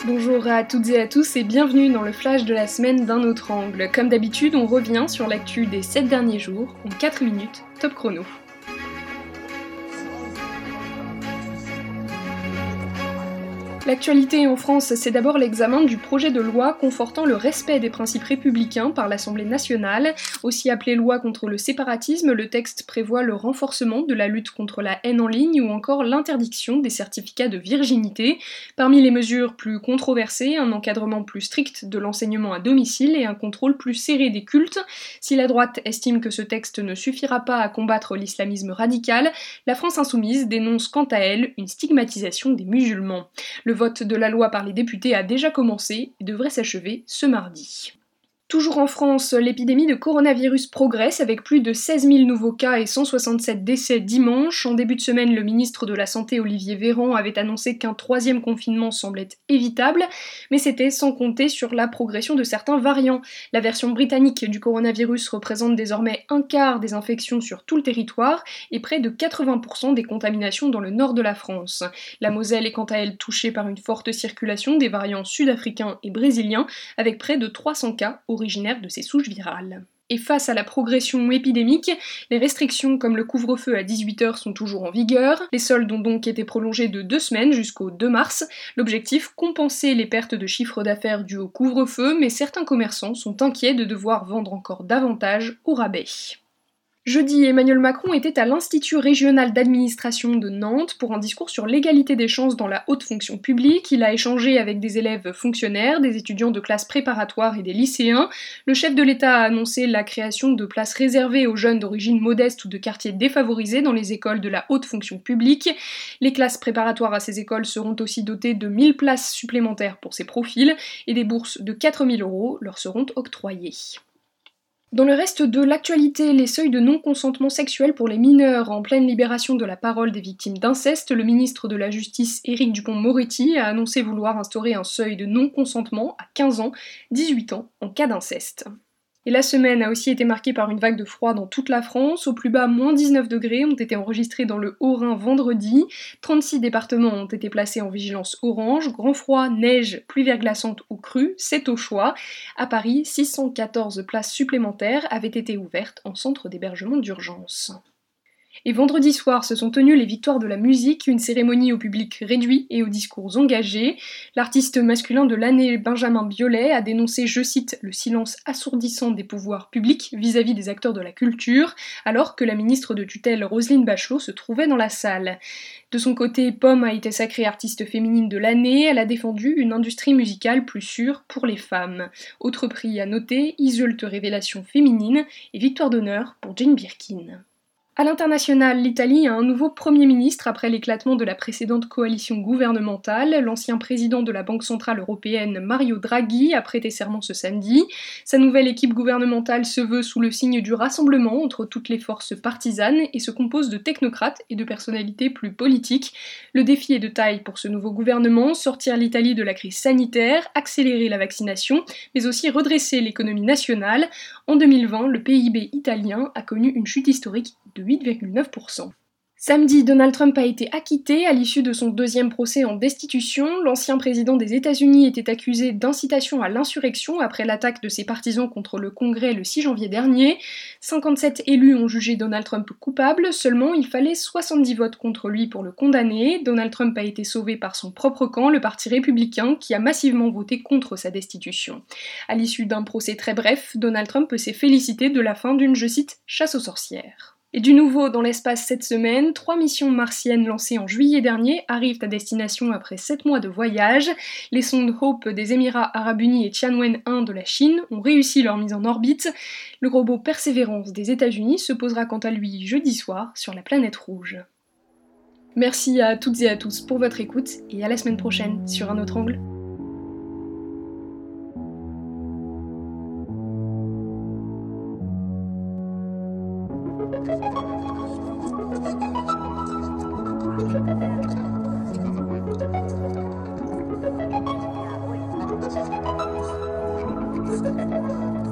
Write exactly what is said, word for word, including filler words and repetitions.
Bonjour à toutes et à tous et bienvenue dans le flash de la semaine d'un autre angle. Comme d'habitude, on revient sur l'actu des sept derniers jours en quatre minutes, top chrono. L'actualité en France, c'est d'abord l'examen du projet de loi confortant le respect des principes républicains par l'Assemblée nationale. Aussi appelé loi contre le séparatisme, le texte prévoit le renforcement de la lutte contre la haine en ligne ou encore l'interdiction des certificats de virginité. Parmi les mesures plus controversées, un encadrement plus strict de l'enseignement à domicile et un contrôle plus serré des cultes. Si la droite estime que ce texte ne suffira pas à combattre l'islamisme radical, la France insoumise dénonce quant à elle une stigmatisation des musulmans. Le vote de la loi par les députés a déjà commencé et devrait s'achever ce mardi. Toujours en France, l'épidémie de coronavirus progresse avec plus de seize mille nouveaux cas et cent soixante-sept décès dimanche. En début de semaine, le ministre de la Santé Olivier Véran avait annoncé qu'un troisième confinement semblait évitable, mais c'était sans compter sur la progression de certains variants. La version britannique du coronavirus représente désormais un quart des infections sur tout le territoire et près de quatre-vingts pour cent des contaminations dans le nord de la France. La Moselle est quant à elle touchée par une forte circulation des variants sud-africains et brésiliens, avec près de trois cents cas au originaire de ces souches virales. Et face à la progression épidémique, les restrictions comme le couvre-feu à dix-huit heures sont toujours en vigueur. Les soldes ont donc été prolongés de deux semaines jusqu'au deux mars. L'objectif, compenser les pertes de chiffre d'affaires dues au couvre-feu, mais certains commerçants sont inquiets de devoir vendre encore davantage au rabais. Jeudi, Emmanuel Macron était à l'Institut régional d'administration de Nantes pour un discours sur l'égalité des chances dans la haute fonction publique. Il a échangé avec des élèves fonctionnaires, des étudiants de classes préparatoires et des lycéens. Le chef de l'État a annoncé la création de places réservées aux jeunes d'origine modeste ou de quartiers défavorisés dans les écoles de la haute fonction publique. Les classes préparatoires à ces écoles seront aussi dotées de mille places supplémentaires pour ces profils et des bourses de quatre mille euros leur seront octroyées. Dans le reste de l'actualité, les seuils de non-consentement sexuel pour les mineurs en pleine libération de la parole des victimes d'inceste, le ministre de la Justice Éric Dupond-Moretti a annoncé vouloir instaurer un seuil de non-consentement à quinze ans, dix-huit ans en cas d'inceste. Et la semaine a aussi été marquée par une vague de froid dans toute la France. Au plus bas, moins dix-neuf degrés ont été enregistrés dans le Haut-Rhin vendredi. trente-six départements ont été placés en vigilance orange. Grand froid, neige, pluie verglaçante ou crue, c'est au choix. À Paris, six cent quatorze places supplémentaires avaient été ouvertes en centre d'hébergement d'urgence. Et vendredi soir se sont tenues les Victoires de la musique, une cérémonie au public réduit et aux discours engagés. L'artiste masculin de l'année, Benjamin Biolay, a dénoncé, je cite, le silence assourdissant des pouvoirs publics vis-à-vis des acteurs de la culture, alors que la ministre de tutelle Roselyne Bachelot se trouvait dans la salle. De son côté, Pomme a été sacrée artiste féminine de l'année, elle a défendu une industrie musicale plus sûre pour les femmes. Autre prix à noter, Isulte Révélation féminine et victoire d'honneur pour Jane Birkin. À l'international, l'Italie a un nouveau Premier ministre après l'éclatement de la précédente coalition gouvernementale. L'ancien président de la Banque centrale européenne, Mario Draghi, a prêté serment ce samedi. Sa nouvelle équipe gouvernementale se veut sous le signe du rassemblement entre toutes les forces partisanes et se compose de technocrates et de personnalités plus politiques. Le défi est de taille pour ce nouveau gouvernement, sortir l'Italie de la crise sanitaire, accélérer la vaccination, mais aussi redresser l'économie nationale. En deux mille vingt, le P I B italien a connu une chute historique de huit virgule neuf pour cent. Samedi, Donald Trump a été acquitté à l'issue de son deuxième procès en destitution. L'ancien président des États-Unis était accusé d'incitation à l'insurrection après l'attaque de ses partisans contre le Congrès le six janvier dernier. cinquante-sept élus ont jugé Donald Trump coupable, seulement il fallait soixante-dix votes contre lui pour le condamner. Donald Trump a été sauvé par son propre camp, le Parti républicain, qui a massivement voté contre sa destitution. À l'issue d'un procès très bref, Donald Trump s'est félicité de la fin d'une, je cite, chasse aux sorcières. Et du nouveau dans l'espace cette semaine, trois missions martiennes lancées en juillet dernier arrivent à destination après sept mois de voyage. Les sondes Hope des Émirats Arabes Unis et Tianwen un de la Chine ont réussi leur mise en orbite. Le robot Persévérance des États-Unis se posera quant à lui jeudi soir sur la planète rouge. Merci à toutes et à tous pour votre écoute et à la semaine prochaine sur un autre angle. Thank you.